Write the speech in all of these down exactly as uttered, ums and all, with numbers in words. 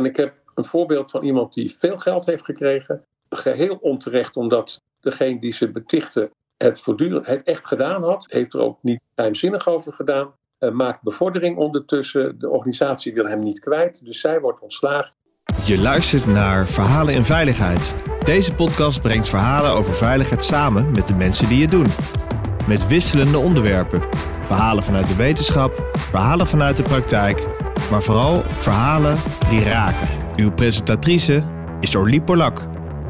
En ik heb een voorbeeld van iemand die veel geld heeft gekregen. Geheel onterecht, omdat degene die ze betichtte het voortdurend het echt gedaan had. Heeft er ook niet geheimzinnig over gedaan. Uh, maakt bevordering ondertussen. De organisatie wil hem niet kwijt. Dus zij wordt ontslagen. Je luistert naar Verhalen in Veiligheid. Deze podcast brengt verhalen over veiligheid samen met de mensen die het doen. Met wisselende onderwerpen. Verhalen vanuit de wetenschap, verhalen vanuit de praktijk, maar vooral verhalen die raken. Uw presentatrice is Orlie Polak.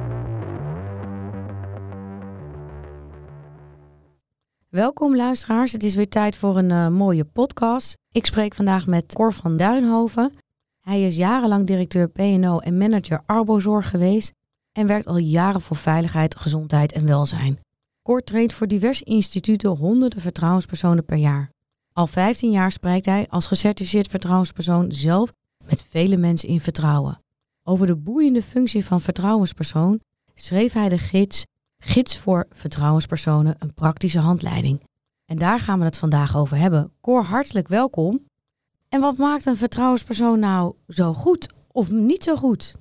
Welkom luisteraars, het is weer tijd voor een uh, mooie podcast. Ik spreek vandaag met Cor van Duinhoven. Hij is jarenlang directeur P en O en manager Arbozorg geweest en werkt al jaren voor veiligheid, gezondheid en welzijn. Cor traint voor diverse instituten honderden vertrouwenspersonen per jaar. Al vijftien jaar spreekt hij als gecertificeerd vertrouwenspersoon zelf met vele mensen in vertrouwen. Over de boeiende functie van vertrouwenspersoon schreef hij de gids Gids voor vertrouwenspersonen, een praktische handleiding. En daar gaan we het vandaag over hebben. Cor, hartelijk welkom. En wat maakt een vertrouwenspersoon nou zo goed of niet zo goed?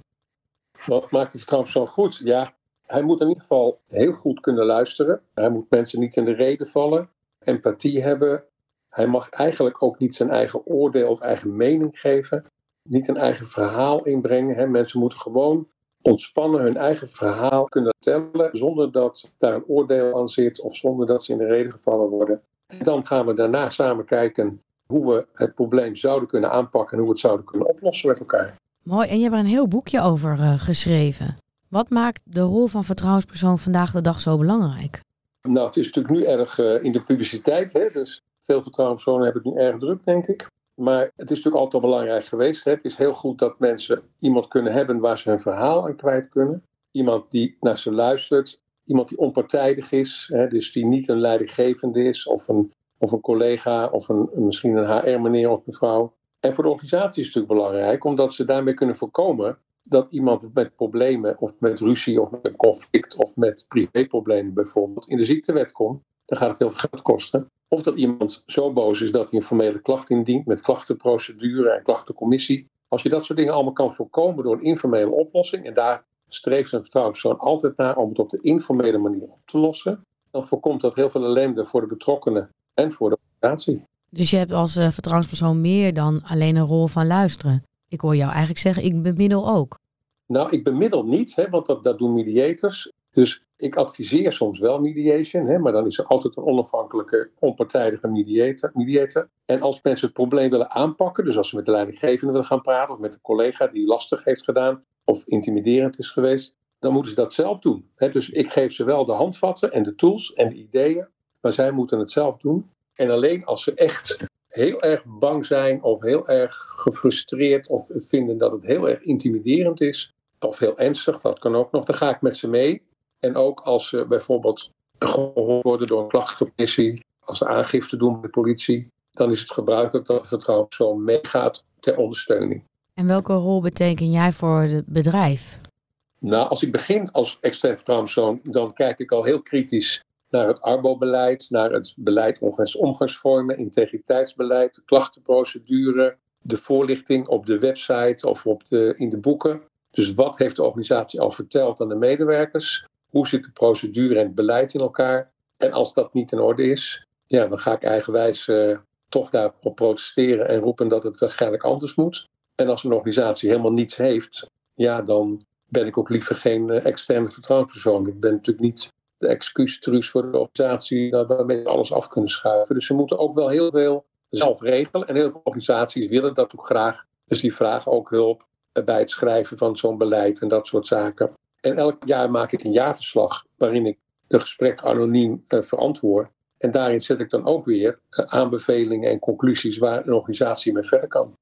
Wat maakt een vertrouwenspersoon goed? Ja, hij moet in ieder geval heel goed kunnen luisteren. Hij moet mensen niet in de rede vallen. Empathie hebben. Hij mag eigenlijk ook niet zijn eigen oordeel of eigen mening geven. Niet een eigen verhaal inbrengen. Hè. Mensen moeten gewoon ontspannen hun eigen verhaal kunnen vertellen zonder dat daar een oordeel aan zit of zonder dat ze in de rede gevallen worden. En dan gaan we daarna samen kijken hoe we het probleem zouden kunnen aanpakken en hoe we het zouden kunnen oplossen met elkaar. Mooi, en je hebt er een heel boekje over uh, geschreven. Wat maakt de rol van vertrouwenspersoon vandaag de dag zo belangrijk? Nou, het is natuurlijk nu erg uh, in de publiciteit, hè? Dus veel vertrouwenspersonen hebben het nu erg druk, denk ik. Maar het is natuurlijk altijd al belangrijk geweest. Hè? Het is heel goed dat mensen iemand kunnen hebben waar ze hun verhaal aan kwijt kunnen. Iemand die naar ze luistert. Iemand die onpartijdig is. Hè? Dus die niet een leidinggevende is. Of een, of een collega. Of een, misschien een H R-meneer of mevrouw. En voor de organisatie is het natuurlijk belangrijk. Omdat ze daarmee kunnen voorkomen dat iemand met problemen. Of met ruzie. Of met een conflict. Of met privéproblemen bijvoorbeeld in de ziektewet komt. Dan gaat het heel veel geld kosten. Of dat iemand zo boos is dat hij een formele klacht indient met klachtenprocedure en klachtencommissie. Als je dat soort dingen allemaal kan voorkomen door een informele oplossing, en daar streeft een vertrouwenspersoon altijd naar om het op de informele manier op te lossen, dan voorkomt dat heel veel ellende voor de betrokkenen en voor de organisatie. Dus je hebt als uh, vertrouwenspersoon meer dan alleen een rol van luisteren. Ik hoor jou eigenlijk zeggen, ik bemiddel ook. Nou, ik bemiddel niet, hè, want dat, dat doen mediators. Dus ik adviseer soms wel mediation, hè, maar dan is er altijd een onafhankelijke, onpartijdige mediator, mediator. En als mensen het probleem willen aanpakken, dus als ze met de leidinggevende willen gaan praten, of met een collega die lastig heeft gedaan, of intimiderend is geweest, dan moeten ze dat zelf doen. Hè. Dus ik geef ze wel de handvatten en de tools en de ideeën, maar zij moeten het zelf doen. En alleen als ze echt heel erg bang zijn, of heel erg gefrustreerd, of vinden dat het heel erg intimiderend is, of heel ernstig, dat kan ook nog, dan ga ik met ze mee. En ook als ze bijvoorbeeld gehoord worden door een klachtencommissie, als ze aangifte doen bij de politie, dan is het gebruikelijk dat de vertrouwenspersoon meegaat ter ondersteuning. En welke rol beteken jij voor het bedrijf? Nou, als ik begin als extern vertrouwenspersoon, dan kijk ik al heel kritisch naar het Arbo-beleid, naar het beleid omgangsvormen, integriteitsbeleid, de klachtenprocedure, de voorlichting op de website of op de, in de boeken. Dus wat heeft de organisatie al verteld aan de medewerkers? Hoe zit de procedure en het beleid in elkaar? En als dat niet in orde is, ja, dan ga ik eigenwijs uh, toch daarop protesteren en roepen dat het waarschijnlijk anders moet. En als een organisatie helemaal niets heeft, ja, dan ben ik ook liever geen uh, externe vertrouwenspersoon. Ik ben natuurlijk niet de excuustruus voor de organisatie waarmee we alles af kunnen schuiven. Dus ze moeten ook wel heel veel zelf regelen. En heel veel organisaties willen dat ook graag. Dus die vragen ook hulp bij het schrijven van zo'n beleid en dat soort zaken. En elk jaar maak ik een jaarverslag waarin ik de gesprekken anoniem uh, verantwoord. En daarin zet ik dan ook weer uh, aanbevelingen en conclusies waar een organisatie mee verder kan.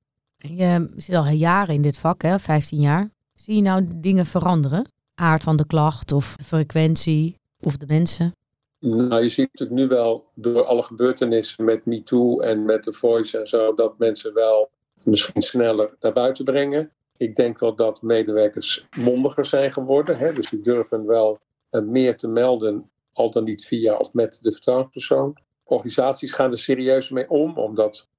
Je zit al jaren in dit vak, hè, vijftien jaar. Zie je nou dingen veranderen? Aard van de klacht of frequentie of de mensen? Nou, je ziet natuurlijk nu wel door alle gebeurtenissen met MeToo en met The Voice en zo, dat mensen wel misschien sneller naar buiten brengen. Ik denk wel dat medewerkers mondiger zijn geworden. Hè? Dus die durven wel uh, meer te melden, al dan niet via of met de vertrouwenspersoon. Organisaties gaan er serieus mee om, omdat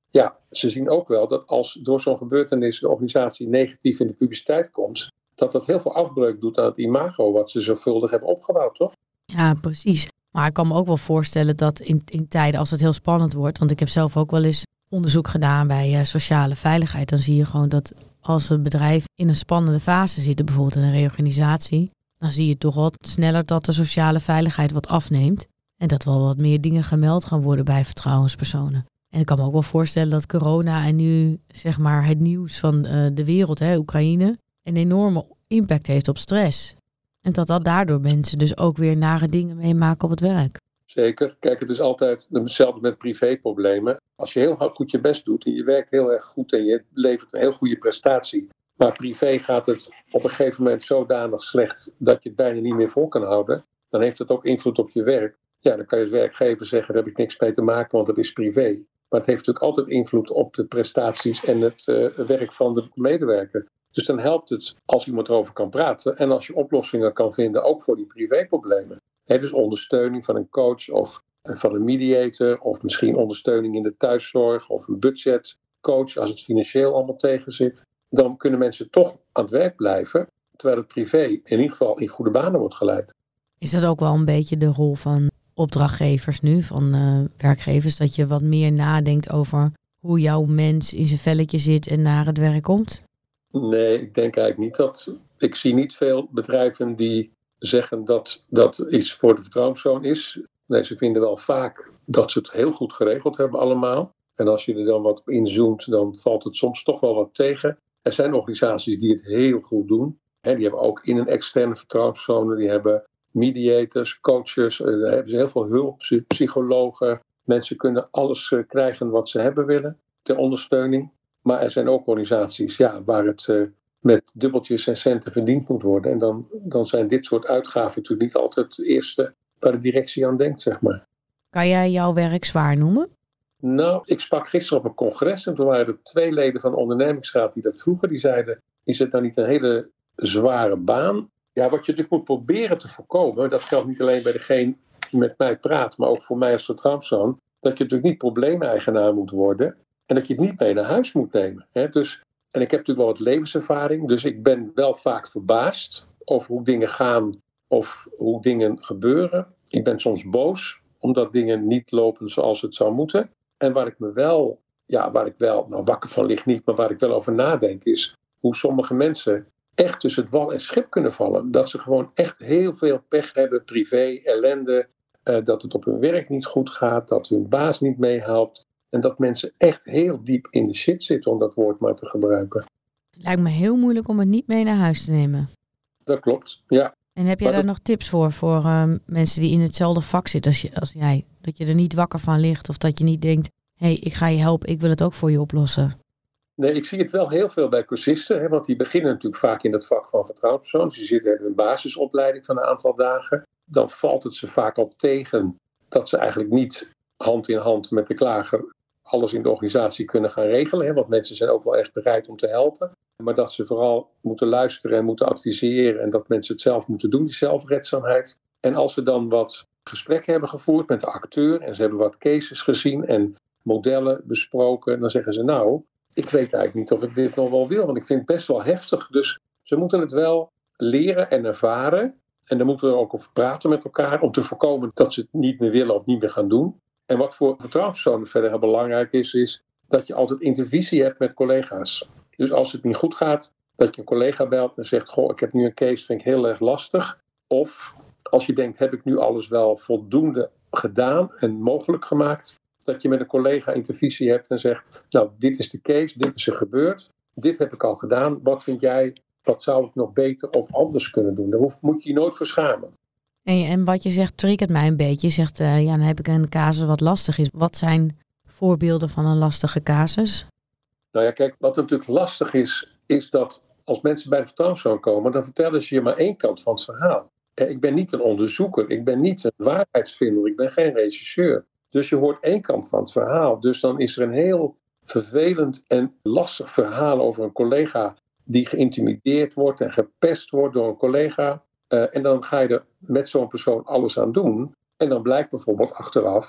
ja, ze zien ook wel dat als door zo'n gebeurtenis de organisatie negatief in de publiciteit komt, dat dat heel veel afbreuk doet aan het imago wat ze zorgvuldig hebben opgebouwd, toch? Ja, precies. Maar ik kan me ook wel voorstellen dat in, in tijden als het heel spannend wordt, want ik heb zelf ook wel eens onderzoek gedaan bij uh, sociale veiligheid, dan zie je gewoon dat als een bedrijf in een spannende fase zit, bijvoorbeeld in een reorganisatie, dan zie je toch wat sneller dat de sociale veiligheid wat afneemt en dat wel wat meer dingen gemeld gaan worden bij vertrouwenspersonen. En ik kan me ook wel voorstellen dat corona en nu zeg maar het nieuws van uh, de wereld, hè, Oekraïne, een enorme impact heeft op stress. En dat dat daardoor mensen dus ook weer nare dingen meemaken op het werk. Zeker. Kijk, het is altijd hetzelfde met privéproblemen. Als je heel goed je best doet en je werkt heel erg goed en je levert een heel goede prestatie, maar privé gaat het op een gegeven moment zodanig slecht dat je het bijna niet meer vol kan houden, dan heeft het ook invloed op je werk. Ja, dan kan je als werkgever zeggen, daar heb ik niks mee te maken, want het is privé. Maar het heeft natuurlijk altijd invloed op de prestaties en het uh, werk van de medewerker. Dus dan helpt het als iemand erover kan praten en als je oplossingen kan vinden, ook voor die privéproblemen. He, dus ondersteuning van een coach of uh, van een mediator of misschien ondersteuning in de thuiszorg of een budgetcoach als het financieel allemaal tegen zit. Dan kunnen mensen toch aan het werk blijven, terwijl het privé in ieder geval in goede banen wordt geleid. Is dat ook wel een beetje de rol van opdrachtgevers nu, van uh, werkgevers, dat je wat meer nadenkt over hoe jouw mens in zijn velletje zit en naar het werk komt? Nee, ik denk eigenlijk niet dat. Ik zie niet veel bedrijven die zeggen dat dat iets voor de vertrouwenspersoon is. Nee, ze vinden wel vaak dat ze het heel goed geregeld hebben allemaal. En als je er dan wat op inzoomt, dan valt het soms toch wel wat tegen. Er zijn organisaties die het heel goed doen. He, die hebben ook in een externe vertrouwenspersonen, die hebben mediators, coaches, uh, daar hebben ze heel veel hulp, psychologen. Mensen kunnen alles uh, krijgen wat ze hebben willen ter ondersteuning. Maar er zijn ook organisaties ja, waar het uh, met dubbeltjes en centen verdiend moet worden. En dan, dan zijn dit soort uitgaven natuurlijk niet altijd het eerste waar de directie aan denkt, zeg maar. Kan jij jouw werk zwaar noemen? Nou, ik sprak gisteren op een congres en toen waren er twee leden van de ondernemingsraad die dat vroegen. Die zeiden, is het nou niet een hele zware baan? Ja, wat je natuurlijk moet proberen te voorkomen, dat geldt niet alleen bij degene die met mij praat, maar ook voor mij als vertrouwenspersoon, dat je natuurlijk niet probleemeigenaar moet worden en dat je het niet mee naar huis moet nemen. Hè? Dus, en ik heb natuurlijk wel wat levenservaring, dus ik ben wel vaak verbaasd over hoe dingen gaan of hoe dingen gebeuren. Ik ben soms boos, omdat dingen niet lopen zoals het zou moeten. En waar ik me wel, ja, waar ik wel, nou wakker van lig niet, maar waar ik wel over nadenk is hoe sommige mensen echt tussen het wal en schip kunnen vallen. Dat ze gewoon echt heel veel pech hebben, privé, ellende, uh, dat het op hun werk niet goed gaat, dat hun baas niet meehelpt. En dat mensen echt heel diep in de shit zitten, om dat woord maar te gebruiken. Het lijkt me heel moeilijk om het niet mee naar huis te nemen. Dat klopt, ja. En heb je maar daar dat... nog tips voor, voor uh, mensen die in hetzelfde vak zitten als, je, als jij? Dat je er niet wakker van ligt of dat je niet denkt, hé, hey, ik ga je helpen, ik wil het ook voor je oplossen. Nee, ik zie het wel heel veel bij cursisten, hè, want die beginnen natuurlijk vaak in het vak van vertrouwenspersoon. Dus die zitten in een basisopleiding van een aantal dagen. Dan valt het ze vaak al tegen dat ze eigenlijk niet hand in hand met de klager alles in de organisatie kunnen gaan regelen. Hè, want mensen zijn ook wel echt bereid om te helpen. Maar dat ze vooral moeten luisteren en moeten adviseren en dat mensen het zelf moeten doen, die zelfredzaamheid. En als ze dan wat gesprekken hebben gevoerd met de acteur en ze hebben wat cases gezien en modellen besproken, dan zeggen ze nou, ik weet eigenlijk niet of ik dit nog wel wil, want ik vind het best wel heftig. Dus ze moeten het wel leren en ervaren. En dan moeten we er ook over praten met elkaar om te voorkomen dat ze het niet meer willen of niet meer gaan doen. En wat voor vertrouwenspersonen verder heel belangrijk is, is dat je altijd intervisie hebt met collega's. Dus als het niet goed gaat, dat je een collega belt en zegt, goh, ik heb nu een case, vind ik heel erg lastig. Of als je denkt, heb ik nu alles wel voldoende gedaan en mogelijk gemaakt, dat je met een collega intervisie hebt en zegt, nou, dit is de case, dit is er gebeurd, dit heb ik al gedaan, wat vind jij, wat zou ik nog beter of anders kunnen doen? Daar hoef, moet je je nooit voor schamen. En, en wat je zegt triggert mij een beetje. Je zegt, uh, ja, dan heb ik een casus wat lastig is. Wat zijn voorbeelden van een lastige casus? Nou ja, kijk, wat natuurlijk lastig is, is dat als mensen bij de vertrouwenspersoon komen, dan vertellen ze je maar één kant van het verhaal. Ik ben niet een onderzoeker, ik ben niet een waarheidsvinder, ik ben geen regisseur. Dus je hoort één kant van het verhaal. Dus dan is er een heel vervelend en lastig verhaal over een collega die geïntimideerd wordt en gepest wordt door een collega. Uh, en dan ga je er met zo'n persoon alles aan doen. En dan blijkt bijvoorbeeld achteraf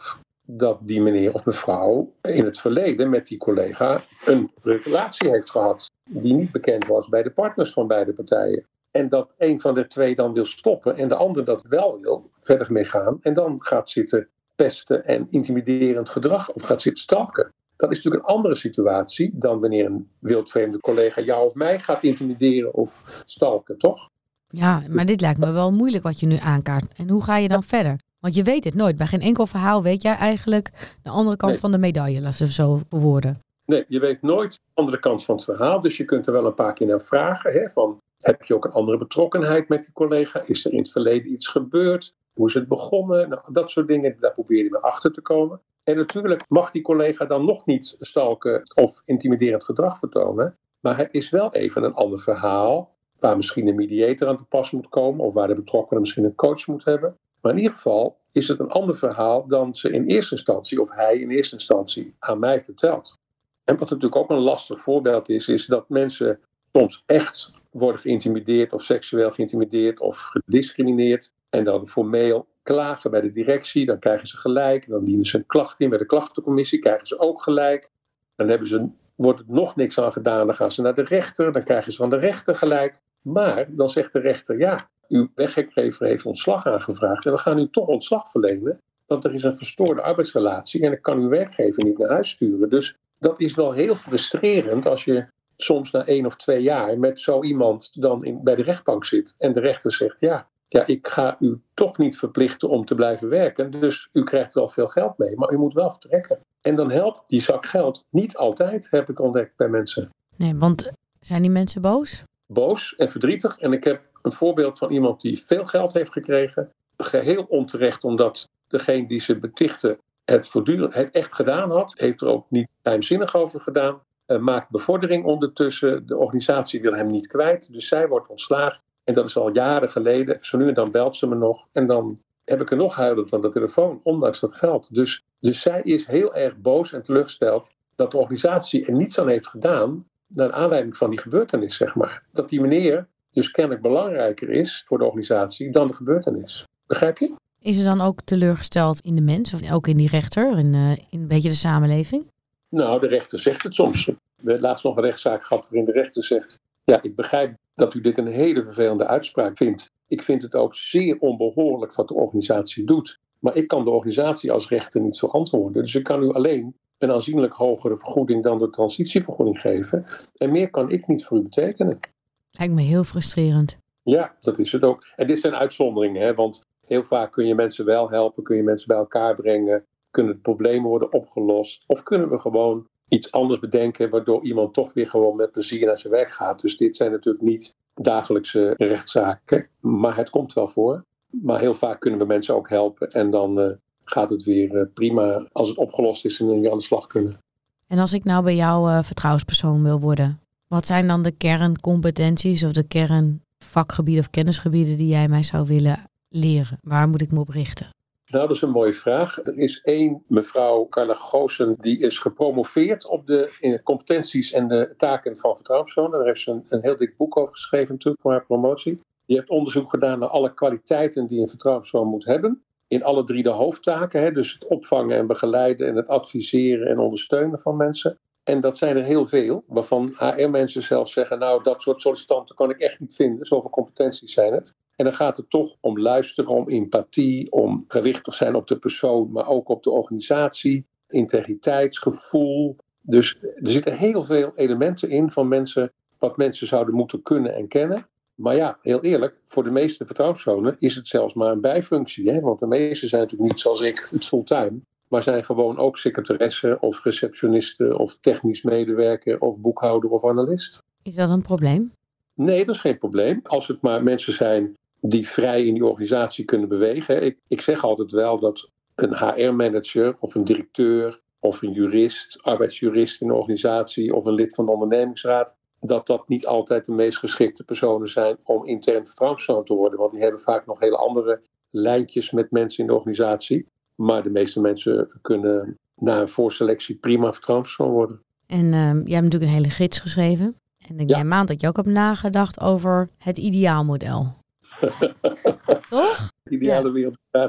dat die meneer of mevrouw in het verleden met die collega een relatie heeft gehad die niet bekend was bij de partners van beide partijen. En dat een van de twee dan wil stoppen en de ander dat wel wil, verder mee gaan. En dan gaat zitten pesten en intimiderend gedrag of gaat zitten stalken. Dat is natuurlijk een andere situatie dan wanneer een wildvreemde collega jou of mij gaat intimideren of stalken, toch? Ja, maar dit lijkt me wel moeilijk wat je nu aankaart. En hoe ga je dan verder? Want je weet het nooit. Bij geen enkel verhaal weet jij eigenlijk de andere kant Nee. van de medaille, laten we zo bewoorden. Nee, je weet nooit de andere kant van het verhaal. Dus je kunt er wel een paar keer naar vragen. Hè, van, heb je ook een andere betrokkenheid met die collega? Is er in het verleden iets gebeurd? Hoe is het begonnen? Nou, dat soort dingen, daar probeer je mee achter te komen. En natuurlijk mag die collega dan nog niet stalken of intimiderend gedrag vertonen. Maar het is wel even een ander verhaal. Waar misschien een mediator aan te pas moet komen. Of waar de betrokkenen misschien een coach moet hebben. Maar in ieder geval is het een ander verhaal dan ze in eerste instantie, of hij in eerste instantie, aan mij vertelt. En wat natuurlijk ook een lastig voorbeeld is, is dat mensen soms echt worden geïntimideerd of seksueel geïntimideerd of gediscrimineerd. En dan formeel klagen bij de directie, dan krijgen ze gelijk. Dan dienen ze een klacht in bij de klachtencommissie, krijgen ze ook gelijk. Dan hebben ze, wordt het nog niks aan gedaan, dan gaan ze naar de rechter, dan krijgen ze van de rechter gelijk. Maar dan zegt de rechter, ja, uw werkgever heeft ontslag aangevraagd en we gaan u toch ontslag verlenen, want er is een verstoorde arbeidsrelatie en ik kan uw werkgever niet naar huis sturen. Dus dat is wel heel frustrerend als je soms na één of twee jaar met zo iemand dan in, bij de rechtbank zit en de rechter zegt, ja, ja, ik ga u toch niet verplichten om te blijven werken, dus u krijgt wel veel geld mee, maar u moet wel vertrekken. En dan helpt die zak geld niet altijd, heb ik ontdekt bij mensen. Nee, want zijn die mensen boos? Boos en verdrietig. En ik heb een voorbeeld van iemand die veel geld heeft gekregen. Geheel onterecht, omdat degene die ze betichtte het voortdurend het echt gedaan had. Heeft er ook niet geheimzinnig over gedaan. Uh, maakt bevordering ondertussen. De organisatie wil hem niet kwijt. Dus zij wordt ontslagen. En dat is al jaren geleden. Zo nu en dan belt ze me nog. En dan heb ik er nog huilend aan de telefoon, ondanks dat geld. Dus, dus zij is heel erg boos en teleurgesteld dat de organisatie er niets aan heeft gedaan naar aanleiding van die gebeurtenis, zeg maar. Dat die meneer dus kennelijk belangrijker is voor de organisatie dan de gebeurtenis. Begrijp je? Is er dan ook teleurgesteld in de mens of ook in die rechter, in, uh, in een beetje de samenleving? Nou, de rechter zegt het soms. We hebben laatst nog een rechtszaak gehad waarin de rechter zegt, ja, ik begrijp dat u dit een hele vervelende uitspraak vindt. Ik vind het ook zeer onbehoorlijk wat de organisatie doet. Maar ik kan de organisatie als rechter niet verantwoorden. Dus ik kan u alleen een aanzienlijk hogere vergoeding dan de transitievergoeding geven. En meer kan ik niet voor u betekenen. Lijkt me heel frustrerend. Ja, dat is het ook. En dit zijn uitzonderingen, hè? Want heel vaak kun je mensen wel helpen, kun je mensen bij elkaar brengen, kunnen de problemen worden opgelost. Of kunnen we gewoon iets anders bedenken, waardoor iemand toch weer gewoon met plezier naar zijn werk gaat. Dus dit zijn natuurlijk niet dagelijkse rechtszaken, maar het komt wel voor. Maar heel vaak kunnen we mensen ook helpen en dan uh, gaat het weer uh, prima als het opgelost is en dan weer aan de slag kunnen. En als ik nou bij jou uh, vertrouwenspersoon wil worden, wat zijn dan de kerncompetenties of de kernvakgebieden of kennisgebieden die jij mij zou willen leren? Waar moet ik me op richten? Nou, dat is een mooie vraag. Er is één mevrouw, Carla Goossen, die is gepromoveerd op de in de competenties en de taken van vertrouwenspersonen. Daar heeft ze een, een heel dik boek over geschreven natuurlijk voor haar promotie. Die heeft onderzoek gedaan naar alle kwaliteiten die een vertrouwenspersoon moet hebben. In alle drie de hoofdtaken, hè, dus het opvangen en begeleiden en het adviseren en ondersteunen van mensen. En dat zijn er heel veel, waarvan H R-mensen zelf zeggen, nou, dat soort sollicitanten kan ik echt niet vinden. Zoveel competenties zijn het. En dan gaat het toch om luisteren, om empathie, om gericht te zijn op de persoon, maar ook op de organisatie, integriteitsgevoel. Dus er zitten heel veel elementen in van mensen, wat mensen zouden moeten kunnen en kennen. Maar ja, heel eerlijk, voor de meeste vertrouwenspersonen is het zelfs maar een bijfunctie. Hè? Want de meeste zijn natuurlijk niet zoals ik, het fulltime. Maar zijn gewoon ook secretaresse of receptioniste of technisch medewerker of boekhouder of analist. Is dat een probleem? Nee, dat is geen probleem. Als het maar mensen zijn die vrij in die organisatie kunnen bewegen. Ik, ik zeg altijd wel dat een H R-manager of een directeur of een jurist, arbeidsjurist in een organisatie of een lid van de ondernemingsraad, dat dat niet altijd de meest geschikte personen zijn om intern vertrouwenspersoon te worden. Want die hebben vaak nog hele andere lijntjes met mensen in de organisatie. Maar de meeste mensen kunnen na een voorselectie prima vertrouwenspersoon worden. En uh, jij hebt natuurlijk een hele gids geschreven. En ik neem aan dat je ook hebt nagedacht over het ideaalmodel. Toch? De ideale Ja. wereld bestaat niet.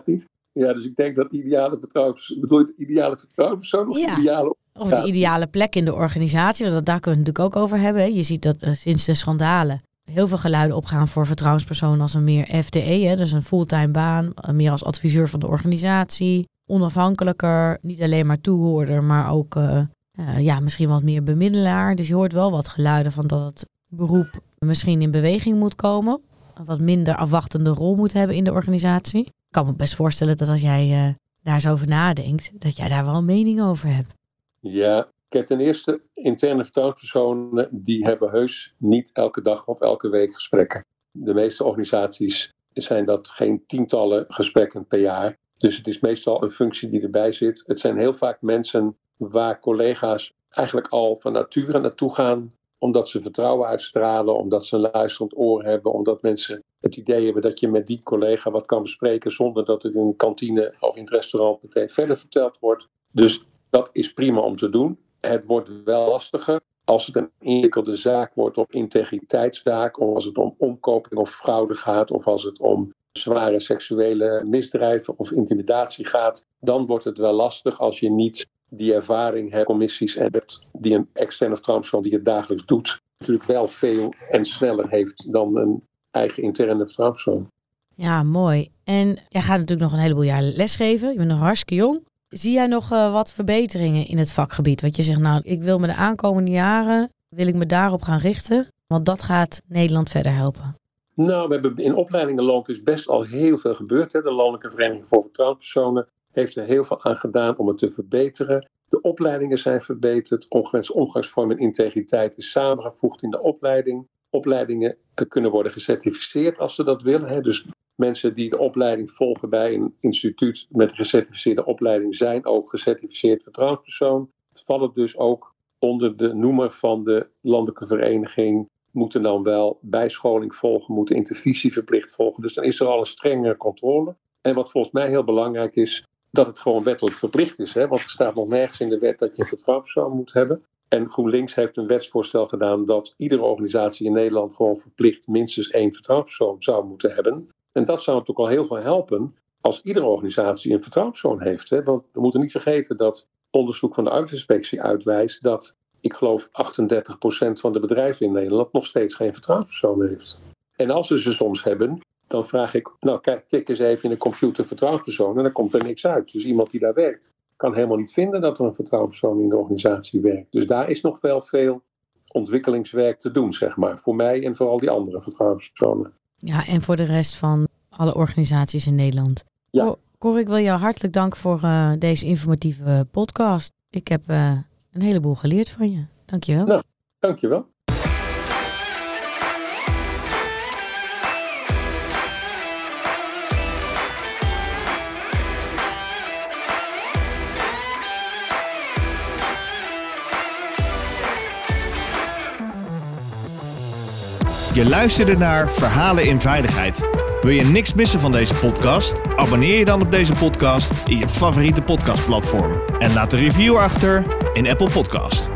Ja, dus ik denk dat ideale vertrouwens... Bedoel je de ideale vertrouwenspersoon of Ja. de ideale... Of de ideale plek in de organisatie, want daar kunnen we het natuurlijk ook over hebben. Hè. Je ziet dat uh, sinds de schandalen heel veel geluiden opgaan voor vertrouwenspersonen als een meer F T E. Hè, dus een fulltime baan, uh, meer als adviseur van de organisatie. Onafhankelijker, niet alleen maar toehoorder, maar ook uh, uh, ja, misschien wat meer bemiddelaar. Dus je hoort wel wat geluiden van dat het beroep misschien in beweging moet komen. Een wat minder afwachtende rol moet hebben in de organisatie. Ik kan me best voorstellen dat als jij uh, daar zo over nadenkt, dat jij daar wel een mening over hebt. Ja, kijk, ten eerste, interne vertrouwenspersonen die hebben heus niet elke dag of elke week gesprekken. De meeste organisaties zijn dat geen tientallen gesprekken per jaar. Dus het is meestal een functie die erbij zit. Het zijn heel vaak mensen waar collega's eigenlijk al van nature naartoe gaan, omdat ze vertrouwen uitstralen, omdat ze een luisterend oor hebben, omdat mensen het idee hebben dat je met die collega wat kan bespreken zonder dat het in een kantine of in het restaurant meteen verder verteld wordt. Dus dat is prima om te doen. Het wordt wel lastiger als het een ingewikkelde zaak wordt of integriteitszaak, of als het om omkoping of fraude gaat, of als het om zware seksuele misdrijven of intimidatie gaat. Dan wordt het wel lastig als je niet die ervaring hebt, commissies en hebt, die een externe vertrouwenspersoon die het dagelijks doet, natuurlijk wel veel en sneller heeft dan een eigen interne vertrouwenspersoon. Ja, mooi. En jij gaat natuurlijk nog een heleboel jaar lesgeven. Je bent nog hartstikke jong. Zie jij nog uh, wat verbeteringen in het vakgebied? Wat je zegt, nou, ik wil me de aankomende jaren, wil ik me daarop gaan richten, want dat gaat Nederland verder helpen. Nou, we hebben in opleidingenland is best al heel veel gebeurd. Hè. De Landelijke Vereniging voor Vertrouwenspersonen heeft er heel veel aan gedaan om het te verbeteren. De opleidingen zijn verbeterd. Ongewenste omgangsvorm en integriteit is samengevoegd in de opleiding. Opleidingen kunnen worden gecertificeerd als ze dat willen. Hè. Dus mensen die de opleiding volgen bij een instituut met een gecertificeerde opleiding zijn ook gecertificeerd vertrouwenspersoon. Vallen dus ook onder de noemer van de Landelijke Vereniging. Moeten dan wel bijscholing volgen, moeten intervisie verplicht volgen. Dus dan is er al een strengere controle. En wat volgens mij heel belangrijk is, dat het gewoon wettelijk verplicht is. Hè? Want er staat nog nergens in de wet dat je een vertrouwenspersoon moet hebben. En GroenLinks heeft een wetsvoorstel gedaan dat iedere organisatie in Nederland gewoon verplicht minstens één vertrouwenspersoon zou moeten hebben. En dat zou natuurlijk al heel veel helpen als iedere organisatie een vertrouwenspersoon heeft. Hè? Want we moeten niet vergeten dat onderzoek van de arbeidsinspectie uitwijst dat, ik geloof, achtendertig procent van de bedrijven in Nederland nog steeds geen vertrouwenspersoon heeft. En als ze ze soms hebben, dan vraag ik, nou kijk, tik eens even in de computer vertrouwenspersoon en dan komt er niks uit. Dus iemand die daar werkt kan helemaal niet vinden dat er een vertrouwenspersoon in de organisatie werkt. Dus daar is nog wel veel ontwikkelingswerk te doen, zeg maar. Voor mij en voor al die andere vertrouwenspersonen. Ja, en voor de rest van alle organisaties in Nederland. Ja. Cor, Cor, ik wil jou hartelijk danken voor uh, deze informatieve podcast. Ik heb uh, een heleboel geleerd van je. Dank je wel. Nou, dank je wel. Je luisterde naar Verhalen in Veiligheid. Wil je niks missen van deze podcast? Abonneer je dan op deze podcast in je favoriete podcastplatform. En laat een review achter in Apple Podcast.